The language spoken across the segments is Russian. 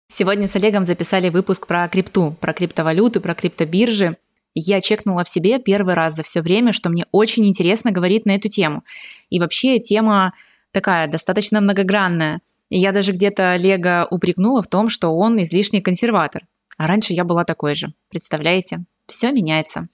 Сегодня с Олегом записали выпуск про крипту, про криптовалюты, про криптобиржи. Я чекнула в себе первый раз за все время, что мне очень интересно говорить на эту тему. И вообще тема такая достаточно многогранная. И я даже где-то Олега упрекнула в том, что он излишний консерватор. А раньше я была такой же. Представляете? Все меняется.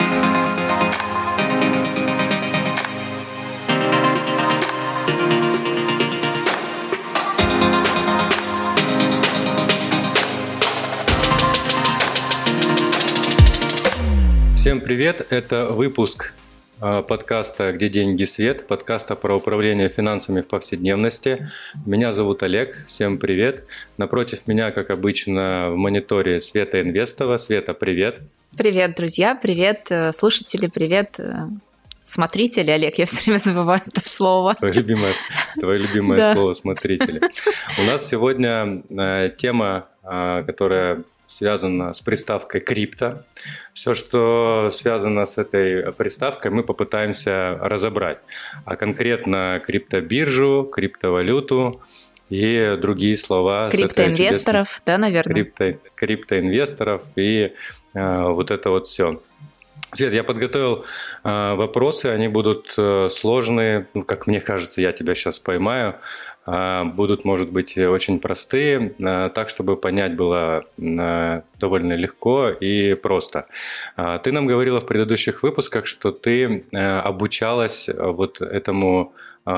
Всем привет! Это выпуск подкаста «Где деньги, свет», подкаста про управление финансами в повседневности. Меня зовут Олег, всем привет! Напротив меня, как обычно, в мониторе Света Инвестова. Света, привет! Привет, друзья, привет, слушатели, привет, смотрители. Олег, я все время забываю это слово. Твое любимое слово «смотрители». У нас сегодня тема, которая связано с приставкой крипто. Все, что связано с этой приставкой, мы попытаемся разобрать. А конкретно криптобиржу, криптовалюту и другие слова. Криптоинвесторов, да, наверное? Криптоинвесторов и вот это вот все. Свет, я подготовил вопросы, они будут сложные, как мне кажется, я тебя сейчас поймаю. Будут, может быть, очень простые, так, чтобы понять было довольно легко и просто. Ты нам говорила в предыдущих выпусках, что ты обучалась вот этому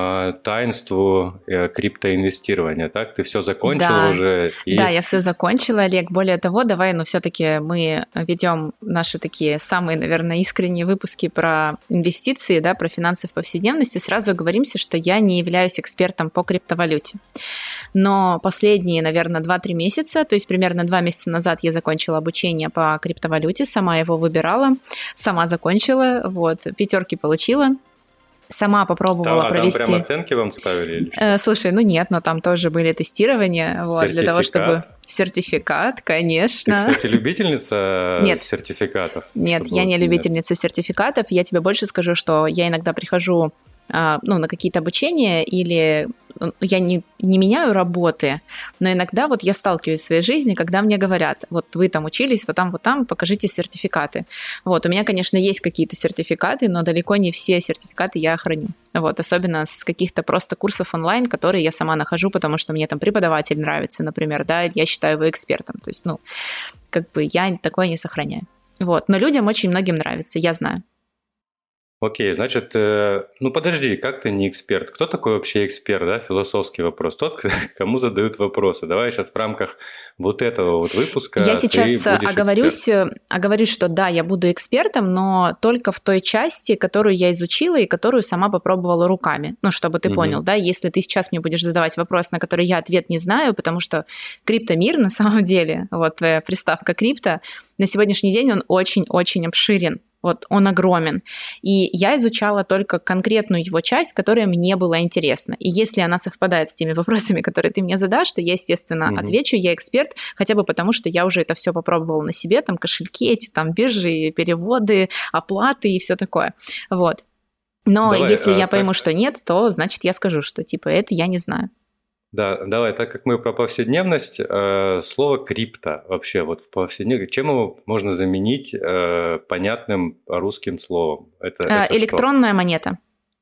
таинству криптоинвестирования, так? Ты все закончила уже? Да, я все закончила, Олег. Более того, давай, все-таки мы ведем наши такие самые, наверное, искренние выпуски про инвестиции, да, про финансы в повседневности. Сразу оговоримся, что я не являюсь экспертом по криптовалюте. Но последние, наверное, 2-3 месяца, то есть примерно 2 месяца назад я закончила обучение по криптовалюте, сама его выбирала, сама закончила, 5 получила. Сама попробовала провести. Там прям оценки вам ставили или что? Слушай, нет, но там тоже были тестирования, для того, чтобы... Сертификат, конечно. Ты, кстати, любительница сертификатов? Нет, я не любительница сертификатов. Я тебе больше скажу, что я иногда прихожу на какие-то обучения, или я не меняю работы, но иногда я сталкиваюсь в своей жизни, когда мне говорят, вы там учились, вот там, покажите сертификаты. У меня, конечно, есть какие-то сертификаты, но далеко не все сертификаты я храню. Особенно с каких-то просто курсов онлайн, которые я сама нахожу, потому что мне там преподаватель нравится, например, да, я считаю его экспертом. То есть, я такое не сохраняю. Но людям очень многим нравится, я знаю. Окей, значит, подожди, как ты не эксперт? Кто такой вообще эксперт, да? Философский вопрос. Тот, кому задают вопросы. Давай сейчас в рамках вот этого выпуска я сейчас оговорюсь, что да, я буду экспертом, но только в той части, которую я изучила и которую сама попробовала руками. Чтобы ты понял, да, если ты сейчас мне будешь задавать вопрос, на который я ответ не знаю, потому что криптомир на самом деле, твоя приставка крипто, на сегодняшний день он очень-очень обширен. Он огромен. И я изучала только конкретную его часть, которая мне была интересна. И если она совпадает с теми вопросами, которые ты мне задашь, то я, естественно, отвечу, я эксперт, хотя бы потому, что я уже это все попробовала на себе, там кошельки эти, там биржи, переводы, оплаты и все такое. Но если я пойму, что нет, то, значит, я скажу, что это я не знаю. Да, давай, так как мы про повседневность, слово крипто вообще в повседневности, чем его можно заменить понятным русским словом? Это электронная монета.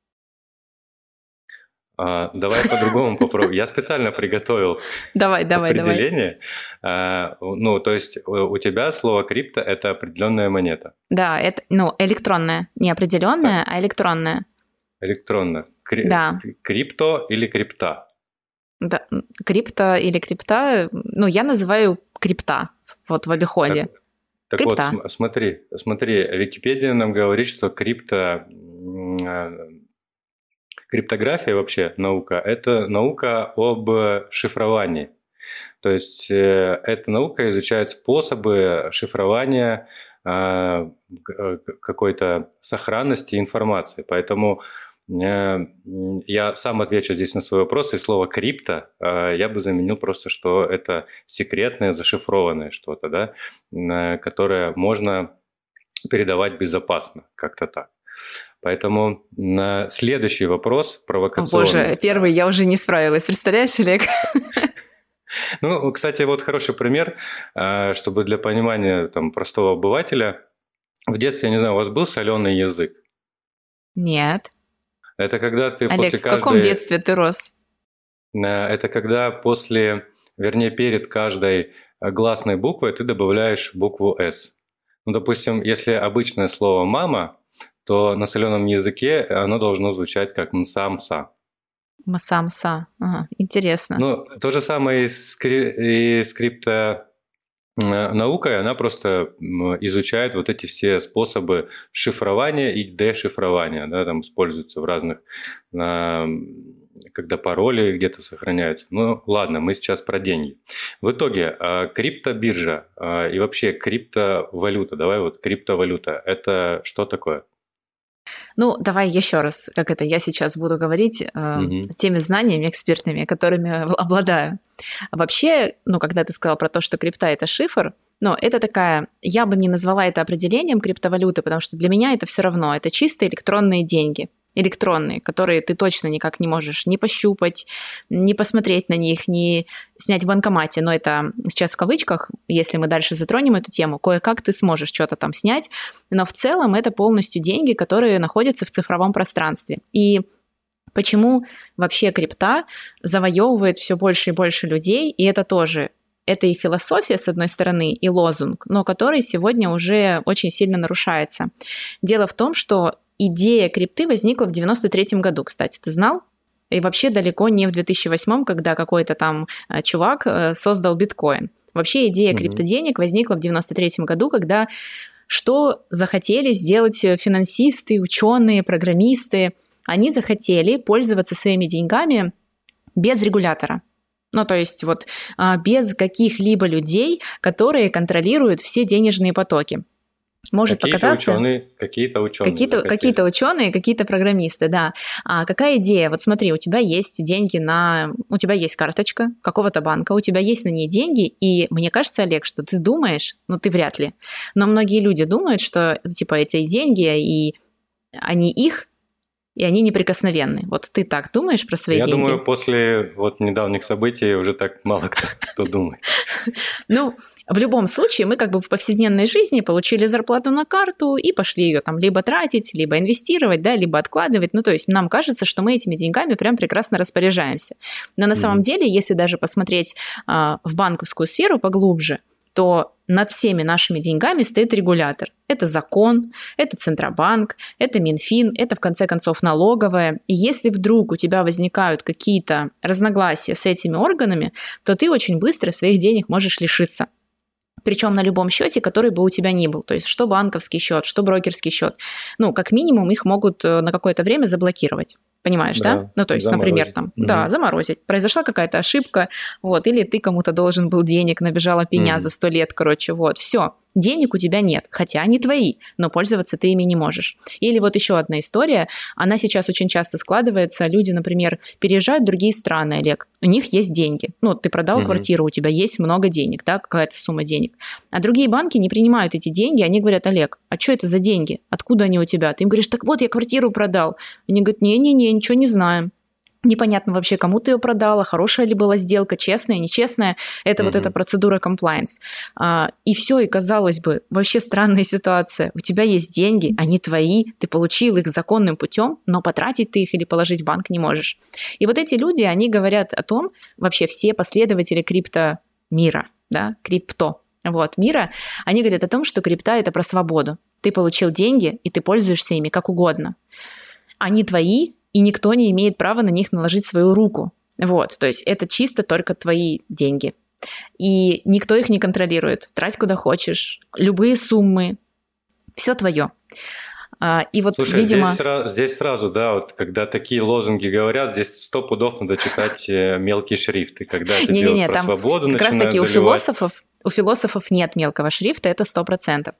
Давай по-другому попробуем. Я специально приготовил определение. То есть у тебя слово крипто – это определенная монета. Да, это электронная, не определенная, а электронная. Электронная. Да. Крипто или крипта? Да, крипто или крипта, я называю крипта в обиходе. Так смотри, Википедия нам говорит, что криптография вообще наука – это наука об шифровании. То есть эта наука изучает способы шифрования какой-то сохранности информации. Поэтому я сам отвечу здесь на свой вопрос, и слово «крипто» я бы заменил просто, что это секретное, зашифрованное что-то, да, которое можно передавать безопасно, как-то так. Поэтому на следующий вопрос провокационный. Боже, первый я уже не справилась, представляешь, Олег? Ну, кстати, вот хороший пример, чтобы для понимания там, простого обывателя. В детстве, я не знаю, у вас был соленый язык? Нет. Это когда ты после Олег, в каком каждой... детстве ты рос? Это когда после, вернее, перед каждой гласной буквой ты добавляешь букву «С». Ну, допустим, если обычное слово «мама», то на соленом языке оно должно звучать как «мса-мса». Масамса. Ага, интересно. Ну, то же самое и скрипта наукой, она просто изучает вот эти все способы шифрования и дешифрования, да, там используются в разных, когда пароли где-то сохраняются. Ну, ладно, мы сейчас про деньги. В итоге криптобиржа и вообще криптовалюта, давай вот криптовалюта, это что такое? Ну, давай еще раз, как это я сейчас буду говорить, теми знаниями экспертными, которыми обладаю. Вообще, ну, когда ты сказал про то, что крипта – это шифр, но это такая, я бы не назвала это определением криптовалюты, потому что для меня это все равно, это чисто электронные деньги. Электронные, которые ты точно никак не можешь ни пощупать, ни посмотреть на них, ни снять в банкомате. Но это сейчас в кавычках, если мы дальше затронем эту тему, кое-как ты сможешь что-то там снять, но в целом это полностью деньги, которые находятся в цифровом пространстве. И почему вообще крипта завоевывает все больше и больше людей, и это тоже это и философия, с одной стороны, и лозунг, но который сегодня уже очень сильно нарушается. Дело в том, что идея крипты возникла в 93-м году, кстати, ты знал? И вообще далеко не в 2008-м, когда какой-то там чувак создал биткоин. Вообще идея криптоденег возникла в 93-м году, когда что захотели сделать финансисты, ученые, программисты? Они захотели пользоваться своими деньгами без регулятора. Ну, то есть вот без каких-либо людей, которые контролируют все денежные потоки. Может показаться... Какие-то ученые, какие-то программисты, да. А какая идея? Вот смотри, у тебя есть деньги у тебя есть карточка какого-то банка, у тебя есть на ней деньги, и мне кажется, Олег, что ты думаешь, ну ты вряд ли, но многие люди думают, что типа эти деньги, и они их, и они неприкосновенны. Вот ты так думаешь про свои деньги? Я думаю, после вот недавних событий уже так мало кто думает. Ну, в любом случае, мы как бы в повседневной жизни получили зарплату на карту и пошли ее там либо тратить, либо инвестировать, да, либо откладывать. Ну, то есть нам кажется, что мы этими деньгами прям прекрасно распоряжаемся. Но на самом деле, если даже посмотреть в банковскую сферу поглубже, то над всеми нашими деньгами стоит регулятор. Это закон, это Центробанк, это Минфин, это, в конце концов, налоговая. И если вдруг у тебя возникают какие-то разногласия с этими органами, то ты очень быстро своих денег можешь лишиться. Причем на любом счете, который бы у тебя ни был. То есть что банковский счет, что брокерский счет. Ну, как минимум, их могут на какое-то время заблокировать. Понимаешь, да? Ну, то есть, например, там, да, заморозить. Произошла какая-то ошибка, вот, или ты кому-то должен был денег, набежала пеня за 100 лет, короче, вот, все. Денег у тебя нет, хотя они твои, но пользоваться ты ими не можешь. Или вот еще одна история, она сейчас очень часто складывается, люди, например, переезжают в другие страны, Олег, у них есть деньги, ну, ты продал квартиру, у тебя есть много денег, да, какая-то сумма денег, а другие банки не принимают эти деньги, они говорят: Олег, а что это за деньги, откуда они у тебя? Ты им говоришь: так вот, я квартиру продал. Они говорят: не-не-не, ничего не знаем. Непонятно вообще, кому ты ее продала, хорошая ли была сделка, честная, нечестная. Это вот эта процедура compliance. И все, и казалось бы, вообще странная ситуация. У тебя есть деньги, они твои, ты получил их законным путем, но потратить ты их или положить в банк не можешь. И вот эти люди, они говорят о том, вообще все последователи криптомира, да, крипто, вот, мира, они говорят о том, что крипта – это про свободу. Ты получил деньги, и ты пользуешься ими как угодно. Они твои, и никто не имеет права на них наложить свою руку. Вот, то есть это чисто только твои деньги. И никто их не контролирует. Трать куда хочешь, любые суммы, все твое. И вот, слушай, видимо... здесь сразу, да, вот когда такие лозунги говорят, здесь 100 пудов надо читать мелкий шрифт. И когда тебе вот про свободу начинают заливать... Как раз таки у философов нет мелкого шрифта, это 100%.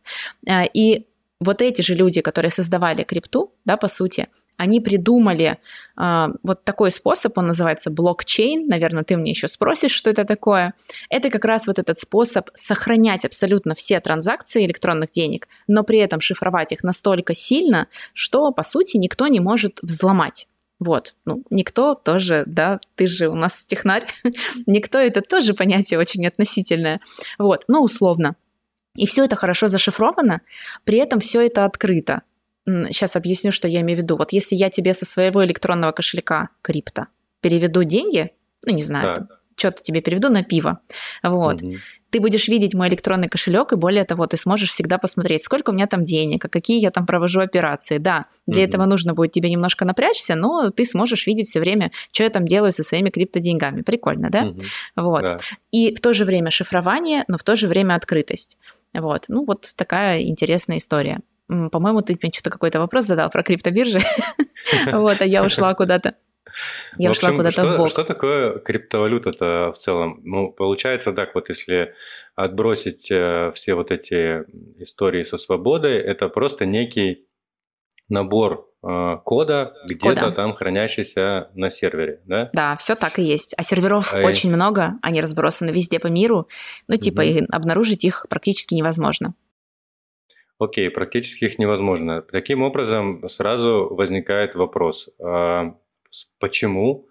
И вот эти же люди, которые создавали крипту, да, по сути, они придумали вот такой способ, он называется блокчейн, наверное, ты мне еще спросишь, что это такое. Это как раз вот этот способ сохранять абсолютно все транзакции электронных денег, но при этом шифровать их настолько сильно, что, по сути, никто не может взломать. Вот, ну, никто тоже, да, ты же у нас технарь, никто, это тоже понятие очень относительное, вот, ну, условно. И все это хорошо зашифровано, при этом все это открыто. Сейчас объясню, что я имею в виду. Вот если я тебе со своего электронного кошелька крипто переведу деньги, ну, не знаю, что-то тебе переведу на пиво, вот, ты будешь видеть мой электронный кошелек, и более того, ты сможешь всегда посмотреть, сколько у меня там денег, а какие я там провожу операции. Да, для этого нужно будет тебе немножко напрячься, но ты сможешь видеть все время, что я там делаю со своими криптоденьгами. Прикольно, да? Вот. Да. И в то же время шифрование, но в то же время открытость. Вот. Ну, вот такая интересная история. По-моему, ты мне что-то какой-то вопрос задал про криптобиржи, вот, а я ушла куда-то. Я ушла куда-то в бок. Что такое криптовалюта-то в целом? Ну, получается так, вот если отбросить все вот эти истории со свободой, это просто некий набор кода, где-то там хранящийся на сервере, да? Да, все так и есть. А серверов очень много, они разбросаны везде по миру, ну, типа, и обнаружить их практически невозможно. Окей, практически их невозможно. Таким образом, сразу возникает вопрос, почему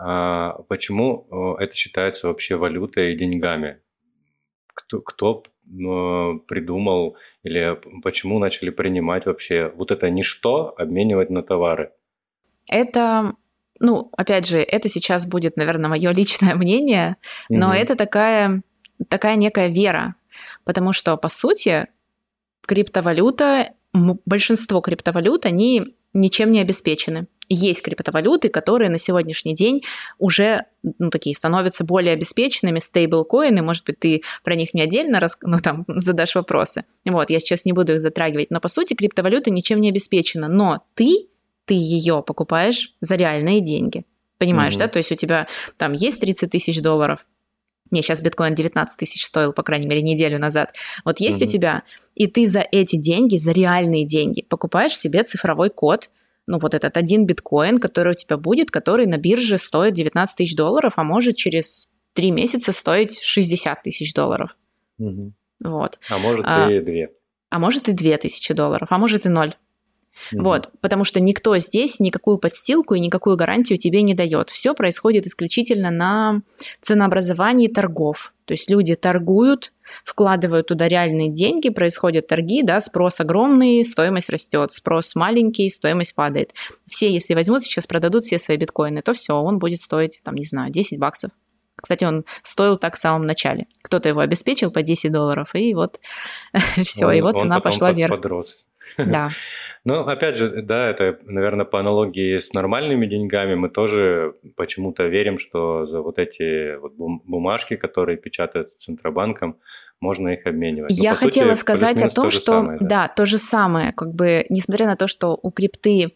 это считается вообще валютой и деньгами? Кто придумал или почему начали принимать вообще вот это ничто обменивать на товары? Это, ну, опять же, это сейчас будет, наверное, мое личное мнение, но это такая некая вера, потому что, по сути, криптовалюта, большинство криптовалют, они ничем не обеспечены. Есть криптовалюты, которые на сегодняшний день уже, ну, такие становятся более обеспеченными, стейблкоины, может быть, ты про них мне отдельно задашь вопросы. Вот, я сейчас не буду их затрагивать, но по сути криптовалюта ничем не обеспечена, но ты ее покупаешь за реальные деньги. Понимаешь, да? То есть у тебя там есть 30 тысяч долларов, не, сейчас биткоин 19 тысяч стоил, по крайней мере, неделю назад. Вот есть у тебя, и ты за эти деньги, за реальные деньги, покупаешь себе цифровой код, ну, вот этот один биткоин, который у тебя будет, который на бирже стоит 19 тысяч долларов, а может через 3 месяца стоить 60 тысяч долларов. Вот. А может и 2. А может и 2 тысячи долларов, а может и 0. Вот, потому что никто здесь никакую подстилку и никакую гарантию тебе не дает. Все происходит исключительно на ценообразовании торгов. То есть люди торгуют, вкладывают туда реальные деньги, происходят торги, да, спрос огромный, стоимость растет, спрос маленький, стоимость падает. Все, если возьмут сейчас, продадут все свои биткоины, то все, он будет стоить, там, не знаю, 10 баксов. Кстати, он стоил так в самом начале. Кто-то его обеспечил по 10 долларов, и вот все, его цена пошла вверх. Подрос. Да. Ну, опять же, да, это, наверное, по аналогии с нормальными деньгами мы тоже почему-то верим, что за вот эти вот бумажки, которые печатают Центробанком, можно их обменивать. Я хотела сказать о том, что да, то же самое, как бы, несмотря на то, что у крипты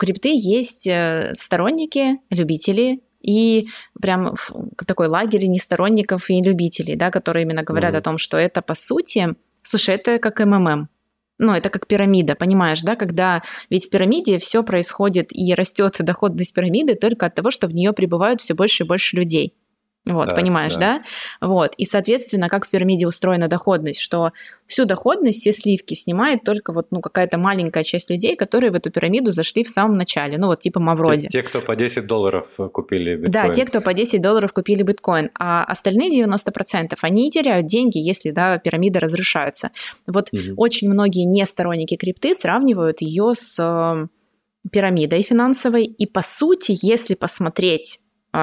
есть сторонники, любители, и прям такой лагерь несторонников и любителей, да, которые именно говорят о том, что это по сути, слушай, это как МММ. Ну, это как пирамида, понимаешь, да, когда ведь в пирамиде все происходит и растет доходность пирамиды только от того, что в нее прибывают все больше и больше людей. Вот, да, понимаешь, да? Вот, и, соответственно, как в пирамиде устроена доходность, что всю доходность, все сливки снимает только вот, ну, какая-то маленькая часть людей, которые в эту пирамиду зашли в самом начале, ну, вот типа Мавроди. Те, кто по 10 долларов купили биткоин. Да, те, кто по 10 долларов купили биткоин, а остальные 90%, они теряют деньги, если, да, пирамида разрушается. Вот очень многие несторонники крипты сравнивают ее с пирамидой финансовой, и, по сути, если посмотреть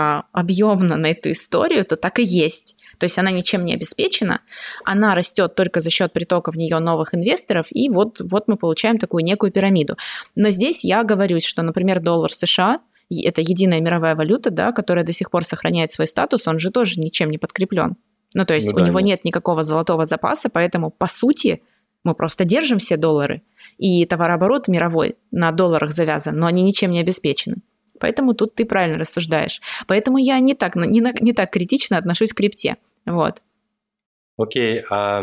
объемно на эту историю, то так и есть. То есть она ничем не обеспечена, она растет только за счет притока в нее новых инвесторов, и вот мы получаем такую некую пирамиду. Но здесь я говорю, что, например, доллар США – это единая мировая валюта, да, которая до сих пор сохраняет свой статус, он же тоже ничем не подкреплен. Ну, то есть у него нет никакого золотого запаса, поэтому, по сути, мы просто держим все доллары, и товарооборот мировой на долларах завязан, но они ничем не обеспечены. Поэтому тут ты правильно рассуждаешь. Поэтому я не так критично отношусь к крипте. Вот. Окей,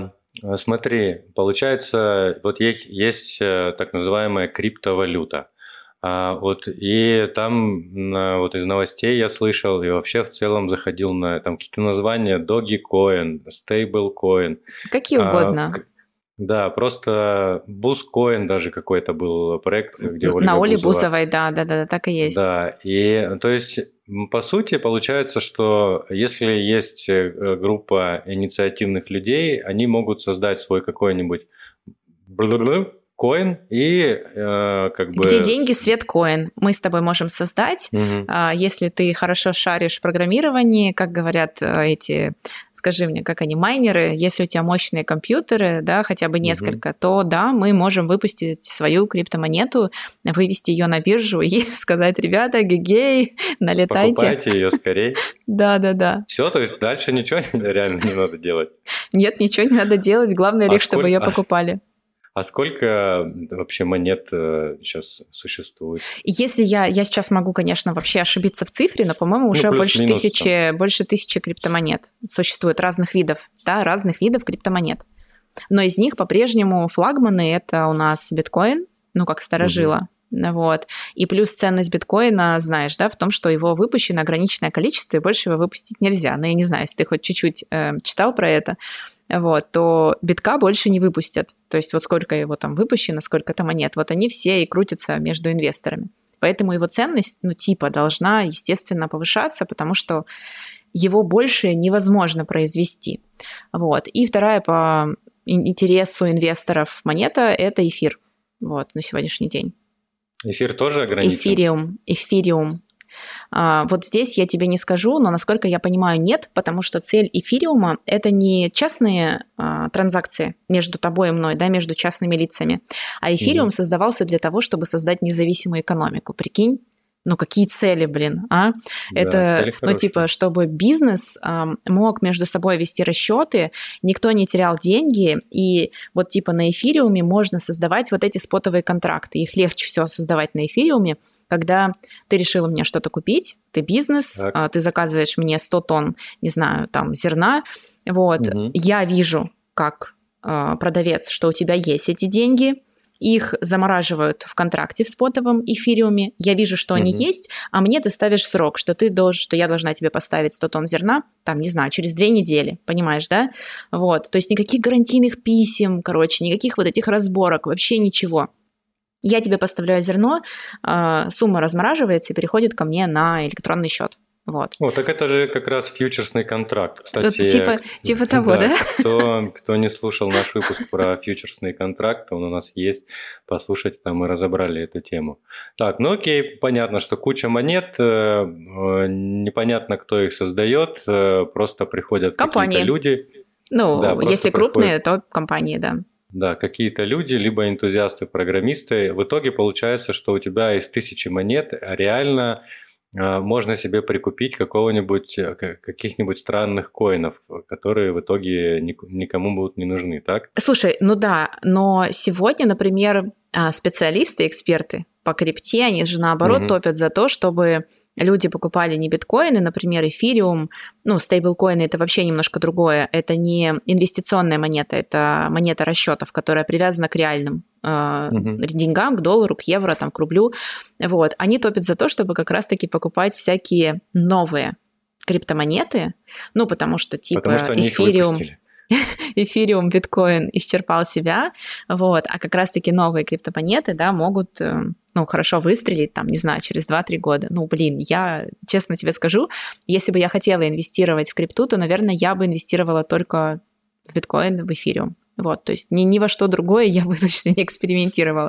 смотри, получается, вот есть так называемая криптовалюта. Вот, и там вот из новостей я слышал, и вообще в целом заходил на там какие-то названия: Dogecoin, Stablecoin. Какие угодно. Да, просто Бузкоин даже какой-то был проект, где Ольга На Оле Бузова. Бузовой, да, так и есть. Да, и то есть, по сути, получается, что если есть группа инициативных людей, они могут создать свой какой-нибудь коин и как бы... Где деньги, свет, коин. Мы с тобой можем создать, Мгм. если ты хорошо шаришь в программировании, как говорят эти, скажи мне, как они, майнеры, если у тебя мощные компьютеры, да, хотя бы несколько, то да, мы можем выпустить свою криптомонету, вывести ее на биржу и сказать: ребята, гегей, налетайте. Покупайте ее скорее. Да. Все, то есть дальше ничего реально не надо делать. Нет, ничего не надо делать, главное лишь, чтобы ее покупали. А сколько вообще монет сейчас существует? Если я сейчас могу, конечно, вообще ошибиться в цифре, но, по-моему, уже больше тысячи криптомонет существует разных видов криптомонет. Но из них по-прежнему флагманы – это у нас биткоин, как старожила. Вот. И плюс ценность биткоина, знаешь, да, в том, что его выпущено ограниченное количество, и больше его выпустить нельзя. Но я не знаю, если ты хоть чуть-чуть читал про это, вот, то битка больше не выпустят. То есть вот сколько его там выпущено, сколько-то монет, вот они все и крутятся между инвесторами. Поэтому его ценность, должна, естественно, повышаться, потому что его больше невозможно произвести. Вот. И вторая по интересу инвесторов монета – это эфир. Вот, на сегодняшний день. Эфир тоже ограничен? Эфириум. Вот здесь я тебе не скажу, но, насколько я понимаю, нет, потому что цель эфириума – это не частные транзакции между тобой и мной, да, между частными лицами, а эфириум создавался для того, чтобы создать независимую экономику. Прикинь? Какие цели, а? Да, это, чтобы бизнес мог между собой вести расчеты, никто не терял деньги, и вот на эфириуме можно создавать вот эти спотовые контракты. Их легче всего создавать на эфириуме, когда ты решил у меня что-то купить, ты бизнес, ты заказываешь мне 100 тонн, не знаю, там, зерна, вот, я вижу, как продавец, что у тебя есть эти деньги, их замораживают в контракте в спотовом эфириуме, я вижу, что они есть, а мне ты ставишь срок, что я должна тебе поставить 100 тонн зерна, там, не знаю, через 2 недели, понимаешь, да? Вот, то есть никаких гарантийных писем, никаких вот этих разборок, вообще ничего. Я тебе поставляю зерно, сумма размораживается и переходит ко мне на электронный счет. Вот. Так это же как раз фьючерсный контракт. Кстати, типа того, да? Кто не слушал наш выпуск про фьючерсный контракт, он у нас есть, послушайте, там мы разобрали эту тему. Так, окей, понятно, что куча монет, непонятно, кто их создает, просто приходят какие-то люди. Если крупные, то компании, да. Да, какие-то люди, либо энтузиасты-программисты. В итоге получается, что у тебя из 1000 монет реально можно себе прикупить каких-нибудь странных коинов, которые в итоге никому будут не нужны, так? Слушай, но сегодня, например, специалисты, эксперты по крипте, они же наоборот топят за то, чтобы люди покупали не биткоины, например, эфириум, стейблкоины – это вообще немножко другое. Это не инвестиционная монета, это монета расчетов, которая привязана к реальным деньгам, к доллару, к евро, там, к рублю. Вот. Они топят за то, чтобы как раз-таки покупать всякие новые криптомонеты, потому что они их выпустили. Эфириум, биткоин исчерпал себя, вот, а как раз-таки новые криптомонеты, да, могут, хорошо выстрелить, там, не знаю, через 2-3 года. Я честно тебе скажу, если бы я хотела инвестировать в крипту, то, наверное, я бы инвестировала только в биткоин, в эфириум. Вот, то есть ни во что другое я бы точно не экспериментировала.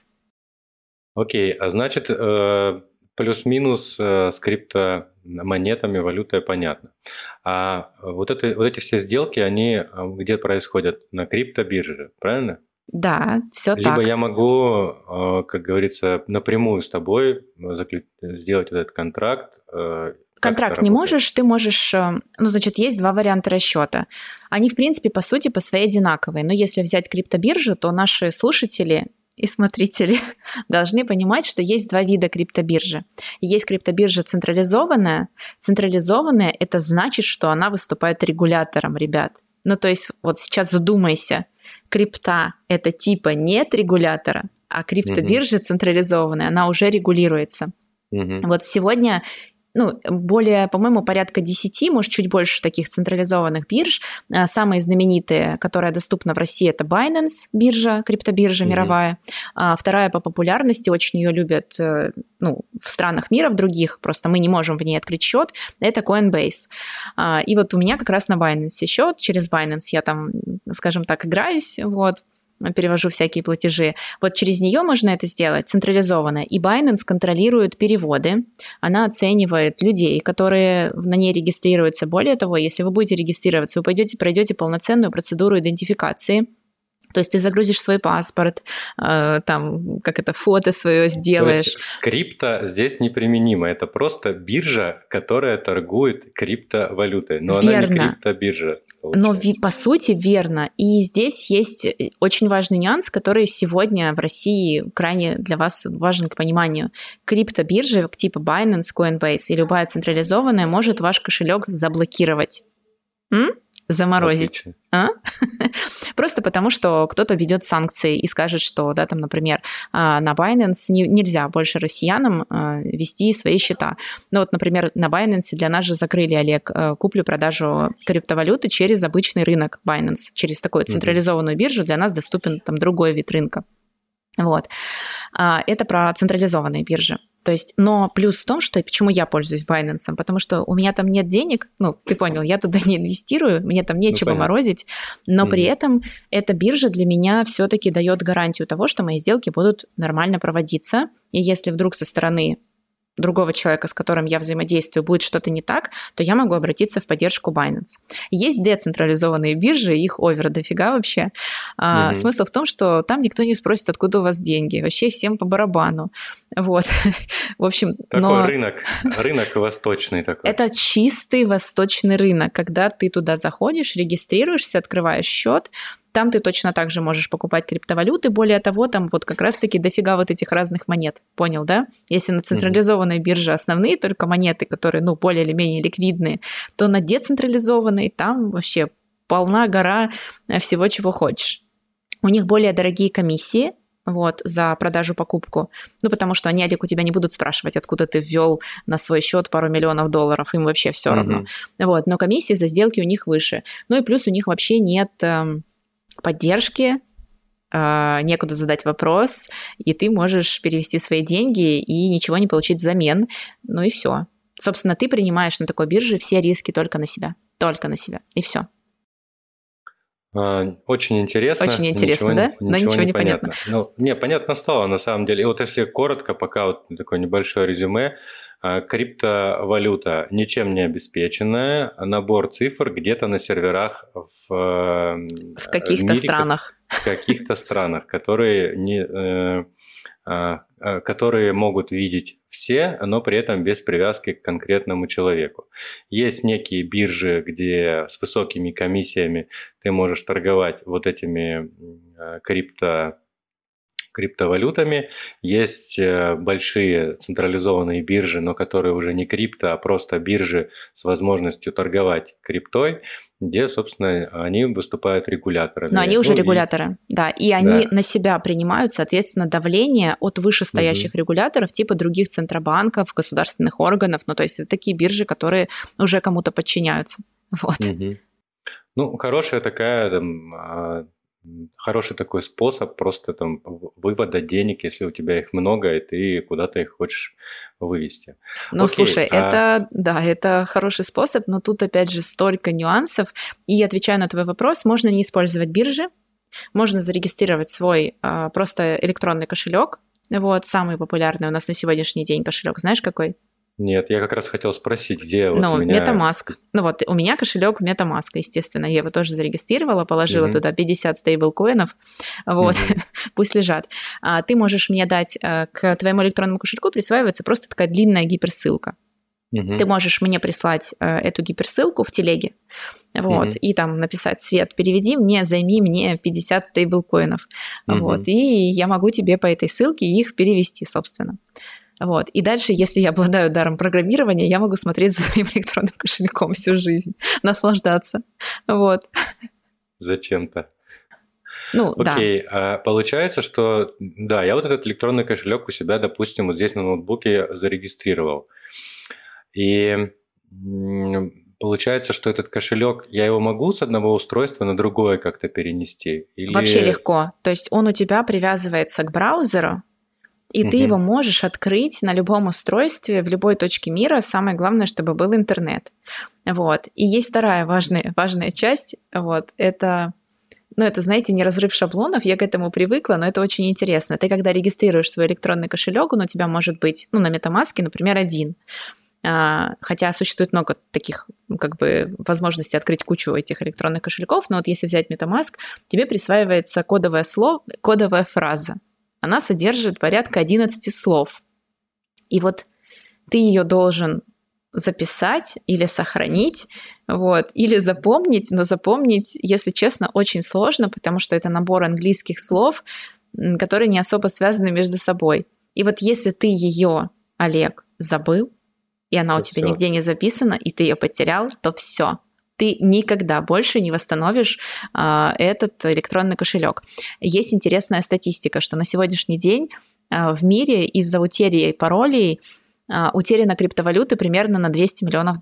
Окей, а значит, плюс-минус с криптомонетами, валютой понятно. А вот эти все сделки, они где происходят? На криптобирже, правильно? Да, все так. Либо я могу, как говорится, напрямую с тобой сделать этот контракт. Контракт не можешь, ты можешь... есть 2 варианта расчета. Они, в принципе, по сути, по своей одинаковые. Но если взять криптобиржу, то наши слушатели и смотрители должны понимать, что есть 2 вида криптобиржи. Есть криптобиржа централизованная. Централизованная – это значит, что она выступает регулятором, ребят. То есть вот сейчас вдумайся. Крипта – это типа нет регулятора, а криптобиржа централизованная, она уже регулируется. Вот сегодня ну, более, по-моему, порядка 10, может, чуть больше таких централизованных бирж. Самые знаменитые, которая доступна в России, это Binance биржа, криптобиржа мировая. Вторая по популярности, очень ее любят, ну, в странах мира, в других, просто мы не можем в ней открыть счет, это Coinbase. И вот у меня как раз на Binance счет, через Binance я там, скажем так, играюсь, вот, перевожу всякие платежи. Вот через нее можно это сделать централизованно. И Binance контролирует переводы. Она оценивает людей, которые на ней регистрируются. Более того, если вы будете регистрироваться, вы пройдете полноценную процедуру идентификации. То есть ты загрузишь свой паспорт, там, как это, фото свое сделаешь. То есть крипто здесь неприменимо. Это просто биржа, которая торгует криптовалютой. Но верно. Она не криптобиржа. Но по сути верно. И здесь есть очень важный нюанс, который сегодня в России крайне для вас важен к пониманию. Криптобиржи типа Binance, Coinbase и любая централизованная может ваш кошелек заблокировать. Заморозить. Просто потому, что кто-то ведет санкции и скажет, что, да, там, например, на Binance нельзя больше россиянам вести свои счета. Ну вот, например, на Binance для нас же закрыли, Олег, куплю-продажу криптовалюты через обычный рынок Binance, через такую централизованную биржу для нас доступен там другой вид рынка. Вот. Это про централизованные биржи. То есть, но плюс в том, что почему я пользуюсь Binance, потому что у меня там нет денег, ну, ты понял, я туда не инвестирую, мне там нечего морозить, но при этом эта биржа для меня все-таки дает гарантию того, что мои сделки будут нормально проводиться, и если вдруг со стороны другого человека, с которым я взаимодействую, будет что-то не так, то я могу обратиться в поддержку Binance. Есть децентрализованные биржи, их овер дофига вообще. Смысл в том, что там никто не спросит, откуда у вас деньги. Вообще всем по барабану. Вот. В общем, такой рынок восточный такой. Это чистый восточный рынок. Когда ты туда заходишь, регистрируешься, открываешь счет, там ты точно так же можешь покупать криптовалюты. Более того, там вот как раз-таки дофига вот этих разных монет. Понял, да? Если на централизованной бирже основные только монеты, которые, ну, более или менее ликвидные, то на децентрализованной там вообще полна гора всего, чего хочешь. У них более дорогие комиссии, вот, за продажу-покупку. Ну, потому что они, Олег, у тебя не будут спрашивать, откуда ты ввел на свой счет пару миллионов долларов, им вообще все равно. Вот, но комиссии за сделки у них выше. Ну и плюс у них вообще нет поддержки, некуда задать вопрос, и ты можешь перевести свои деньги и ничего не получить взамен. Ну и все. Собственно, ты принимаешь на такой бирже все риски только на себя. Только на себя. И все. Очень интересно. Очень интересно, да? Но ничего не понятно. Ну, не, понятно стало, на самом деле. И вот если коротко, пока вот такое небольшое резюме, криптовалюта ничем не обеспеченная, набор цифр где-то на серверах в каких-то мире, странах. В каких-то странах, которые могут видеть все, но при этом без привязки к конкретному человеку. Есть некие биржи, где с высокими комиссиями ты можешь торговать вот этими криптовалютами. Есть большие централизованные биржи, но которые уже не крипто, а просто биржи с возможностью торговать криптой, где, собственно, они выступают регуляторами. Но они уже регуляторы, да, и они на себя принимают, соответственно, давление от вышестоящих регуляторов, типа других центробанков, государственных органов, ну, то есть это такие биржи, которые уже кому-то подчиняются. Вот. Ну, хорошая такая там, хороший такой способ просто там вывода денег, если у тебя их много, и ты куда-то их хочешь вывести. Ну, слушай, это хороший способ, но тут, опять же, столько нюансов. И отвечая на твой вопрос, можно не использовать биржи, можно зарегистрировать свой просто электронный кошелек. Вот, самый популярный у нас на сегодняшний день кошелек. Знаешь, какой? Нет, я как раз хотел спросить, где вот у меня... MetaMask. Ну вот, у меня кошелек MetaMask, естественно. Я его тоже зарегистрировала, положила туда 50 стейблкоинов. Вот, пусть лежат. Ты можешь мне дать к твоему электронному кошельку присваивается просто такая длинная гиперссылка. Ты можешь мне прислать эту гиперссылку в телеге, вот, и там написать: Свет, переведи мне, займи мне 50 стейблкоинов. Вот, и я могу тебе по этой ссылке их перевести, собственно. Вот. И дальше, если я обладаю даром программирования, я могу смотреть за своим электронным кошельком всю жизнь, наслаждаться. Вот. Зачем-то. Ну, окей, получается, что, я вот этот электронный кошелек у себя, допустим, вот здесь на ноутбуке зарегистрировал. И получается, что этот кошелек, я его могу с одного устройства на другое как-то перенести? Или... Вообще легко. То есть он у тебя привязывается к браузеру, и ты его можешь открыть на любом устройстве, в любой точке мира. Самое главное, чтобы был интернет. Вот. И есть вторая важная часть. Вот. Это, знаете, не разрыв шаблонов. Я к этому привыкла, но это очень интересно. Ты, когда регистрируешь свой электронный кошелек, он у тебя может быть, на MetaMask, например, один. Хотя существует много таких возможностей открыть кучу этих электронных кошельков, но вот если взять MetaMask, тебе присваивается кодовая фраза. Она содержит порядка 11 слов. И вот ты ее должен записать или сохранить, или запомнить, но запомнить, если честно, очень сложно, потому что это набор английских слов, которые не особо связаны между собой. И вот если ты ее, Олег, забыл, и она у тебя нигде не записана, и ты ее потерял, то все. Ты никогда больше не восстановишь этот электронный кошелек. Есть интересная статистика, что на сегодняшний день в мире из-за утери паролей утеряно криптовалюты примерно на $200 миллионов.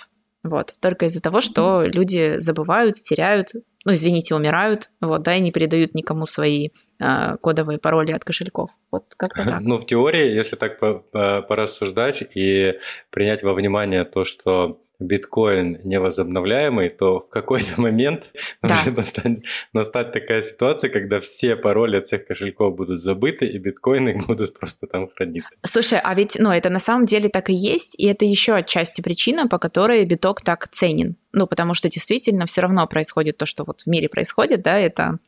Только из-за того, что люди забывают, теряют, умирают, и не передают никому свои кодовые пароли от кошельков. Как-то так. В теории, если так порассуждать и принять во внимание то, что биткоин невозобновляемый, то в какой-то момент может настать такая ситуация, когда все пароли от всех кошельков будут забыты, и биткоины будут просто там храниться. Слушай, а ведь это на самом деле так и есть, и это еще отчасти причина, по которой биток так ценен. Потому что действительно все равно происходит то, что в мире происходит, да, это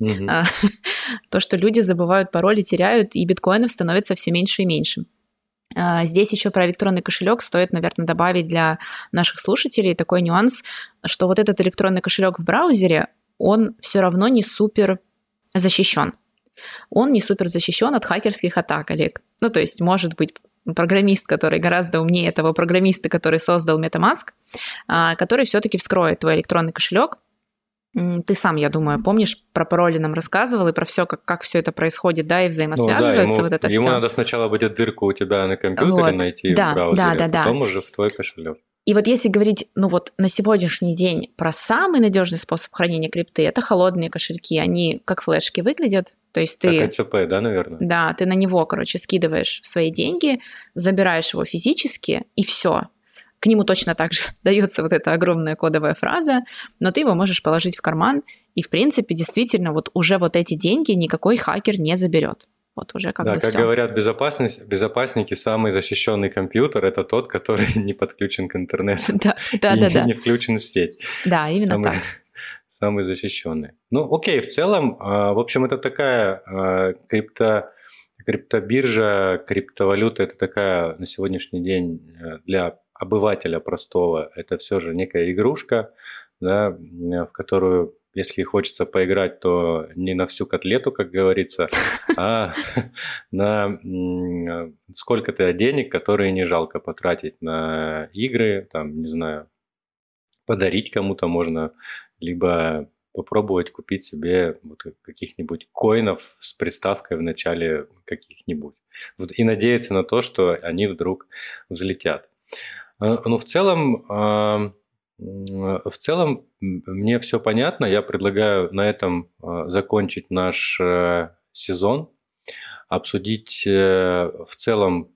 то, что люди забывают пароли, теряют, и биткоинов становится все меньше и меньше. Здесь еще про электронный кошелек стоит, наверное, добавить для наших слушателей такой нюанс, что этот электронный кошелек в браузере, он все равно не супер защищен. Он не супер защищен от хакерских атак, Олег. То есть, может быть, программист, который гораздо умнее того программиста, который создал MetaMask, который все-таки вскроет твой электронный кошелек. Ты сам, я думаю, помнишь, про пароли нам рассказывал и про все, как все это происходит, да, и взаимосвязывается ему надо сначала будет дырку у тебя на компьютере найти в браузере, потом уже в твой кошелек. И если говорить, на сегодняшний день про самый надежный способ хранения крипты, это холодные кошельки, они как флешки выглядят, то есть ты... Как ЭЦП, да, наверное? Да, ты на него, скидываешь свои деньги, забираешь его физически, и все. К нему точно так же дается эта огромная кодовая фраза, но ты его можешь положить в карман, и, в принципе, действительно, уже эти деньги никакой хакер не заберет. Уже как всё. Говорят безопасники, самый защищенный компьютер – это тот, который не подключен к интернету и не включен в сеть. Да, именно так. Самый защищенный. Окей, в целом, в общем, это такая криптобиржа, криптовалюта – это такая на сегодняшний день для обывателя простого, это все же некая игрушка, да, в которую, если хочется поиграть, то не на всю котлету, как говорится, а на сколько-то денег, которые не жалко потратить на игры, не знаю, подарить кому-то можно, либо попробовать купить себе каких-нибудь коинов с приставкой в начале каких-нибудь и надеяться на то, что они вдруг взлетят. В целом мне все понятно. Я предлагаю на этом закончить наш сезон, обсудить в целом.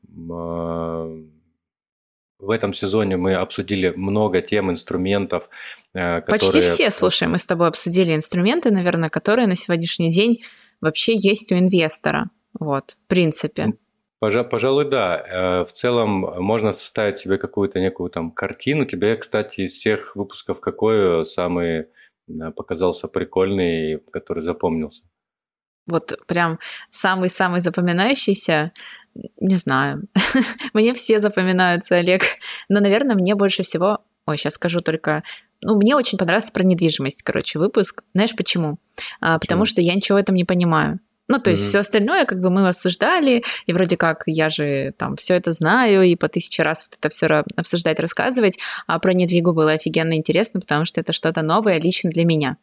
В этом сезоне мы обсудили много тем, инструментов, которые... Почти все, слушай, мы с тобой обсудили инструменты, наверное, которые на сегодняшний день вообще есть у инвестора. В принципе. Пожалуй, да. В целом можно составить себе какую-то некую картину. Тебе, кстати, из всех выпусков какой самый показался прикольный, который запомнился? Прям самый-самый запоминающийся, не знаю. Мне все запоминаются, Олег. Но, наверное, мне больше всего... сейчас скажу только... мне очень понравился про недвижимость, выпуск. Знаешь почему? Потому что я ничего в этом не понимаю. То есть все остальное мы обсуждали, и вроде как я же все это знаю, и по 1000 раз это все обсуждать, рассказывать, а про недвигу было офигенно интересно, потому что это что-то новое лично для меня.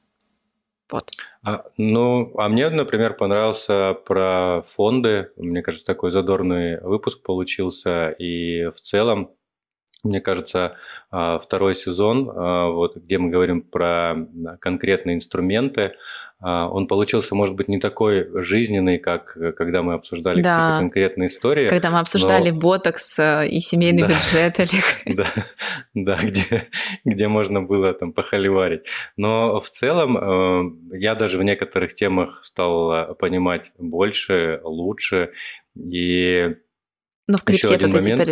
Мне, например, понравился про фонды. Мне кажется, такой задорный выпуск получился, и в целом Мне кажется, второй сезон, вот, где мы говорим про конкретные инструменты, он получился, может быть, не такой жизненный, как когда мы обсуждали какие-то Да, конкретные истории, когда мы обсуждали но ботокс и семейный да, бюджет, Олег. да, да, где можно было там похоливарить. Но в целом я даже в некоторых темах стал понимать больше, лучше. И Но в еще крипте-то один ты момент. теперь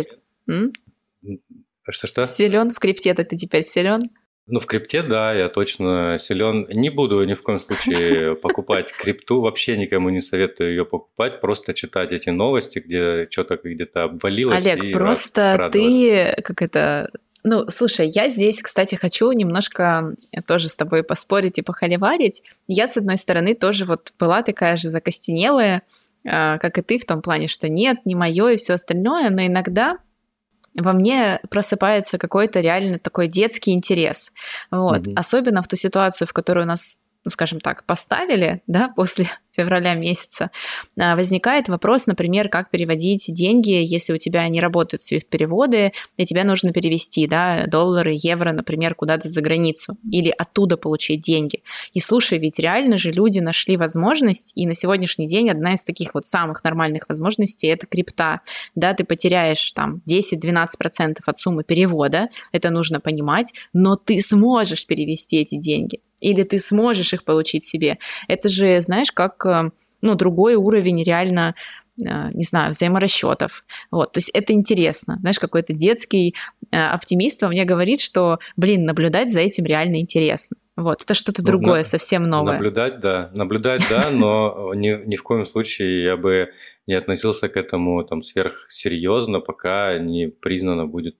Что-что? силен? В крипте-то ты теперь силен? Ну, в крипте, да, я точно силен. Не буду ни в коем случае покупать крипту, вообще никому не советую ее покупать, просто читать эти новости, где что-то где-то обвалилось, Олег, и просто радоваться. ты, как это... Ну, слушай, я здесь, кстати, хочу немножко тоже с тобой поспорить и похоливарить. Я, с одной стороны, тоже вот была такая же закостенелая, как и ты, в том плане, что нет, не мое и все остальное, но иногда во мне просыпается какой-то реально такой детский интерес. Вот. Мгм. Особенно в ту ситуацию, в которую нас, ну, скажем так, поставили, да, после февраля месяца, возникает вопрос, например, как переводить деньги, если у тебя не работают SWIFT-переводы, и тебе нужно перевести, да, доллары, евро, например, куда-то за границу, или оттуда получить деньги. И слушай, ведь реально же люди нашли возможность, и на сегодняшний день одна из таких вот самых нормальных возможностей – это крипта. Да, ты потеряешь там 10-12% от суммы перевода, это нужно понимать, но ты сможешь перевести эти деньги. Или ты сможешь их получить себе. Это же, знаешь, как ну, другой уровень реально, не знаю, взаиморасчетов. Вот, то есть это интересно. Знаешь, какой-то детский оптимист во мне говорит, что, блин, наблюдать за этим реально интересно. Вот, это что-то Ну, другое, совсем новое. наблюдать, да, но ни в коем случае я бы не относился к этому там сверхсерьезно, пока не признано будет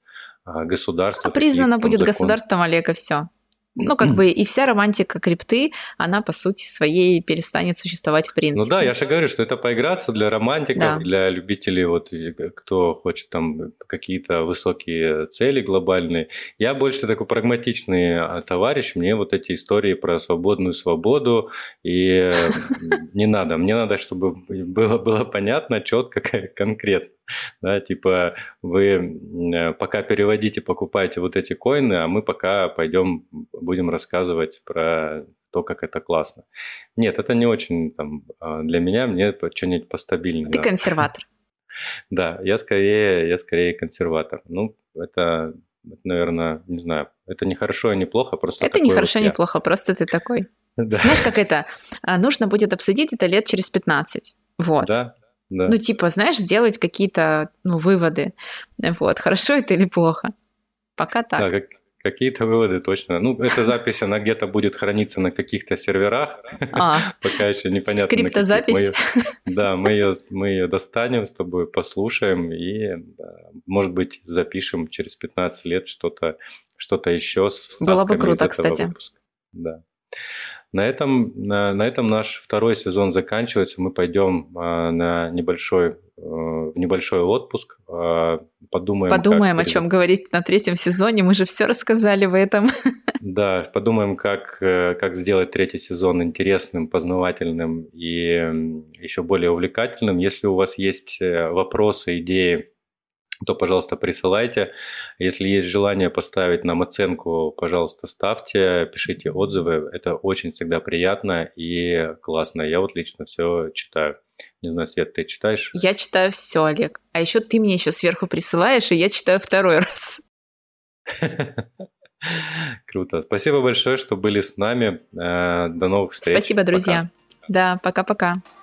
А государство, какие-то признано там будет законы. государством, Олег, и все. Ну, как бы и вся романтика крипты, она, по сути своей, перестанет существовать в Ну да, принципе. я же говорю, что это поиграться для романтиков, Да. для любителей, вот, кто хочет там какие-то высокие цели глобальные. Я больше такой прагматичный товарищ, мне вот эти истории про свободную свободу, и не надо. Мне надо, чтобы было понятно, четко, конкретно. Да, типа вы пока переводите, покупаете вот эти коины, а мы пока пойдем, будем рассказывать про то, как это классно. Нет, это не очень там, для меня, мне что-нибудь постабильнее Ты надо. консерватор. Да, я скорее консерватор. Ну, это, наверное, не знаю, это не хорошо и не плохо, просто Это не такой вот хорошо, не я. плохо, просто ты такой. Да, Знаешь, как это? Нужно будет обсудить это лет через 15. Вот. да, да. Ну, типа, знаешь, сделать какие-то, ну, выводы. Вот. Хорошо это или плохо? Пока Да, так. какие-то выводы точно. Ну, эта запись, она где-то будет храниться на каких-то серверах, А, пока еще непонятно на каких. криптозапись. Да, мы ее достанем с тобой, послушаем и, да, может быть, запишем через 15 лет что-то еще с Было бы вставками из круто, этого кстати. выпуска. Да. На этом наш второй сезон заканчивается. Мы пойдем в небольшой отпуск, подумаем, как Подумаем, о чем говорить на третьем сезоне. Мы же все рассказали в этом. Да, подумаем, как сделать третий сезон интересным, познавательным и еще более увлекательным. Если у вас есть вопросы, идеи, то, пожалуйста, присылайте. Если есть желание поставить нам оценку, пожалуйста, ставьте, пишите отзывы. Это очень всегда приятно и классно. Я вот лично все читаю. Не знаю, Свет, ты читаешь? Я читаю все, Олег. А еще ты мне еще сверху присылаешь, и я читаю второй раз. Круто. Спасибо большое, что были с нами. До новых встреч. Спасибо, Пока. друзья. Да, пока-пока.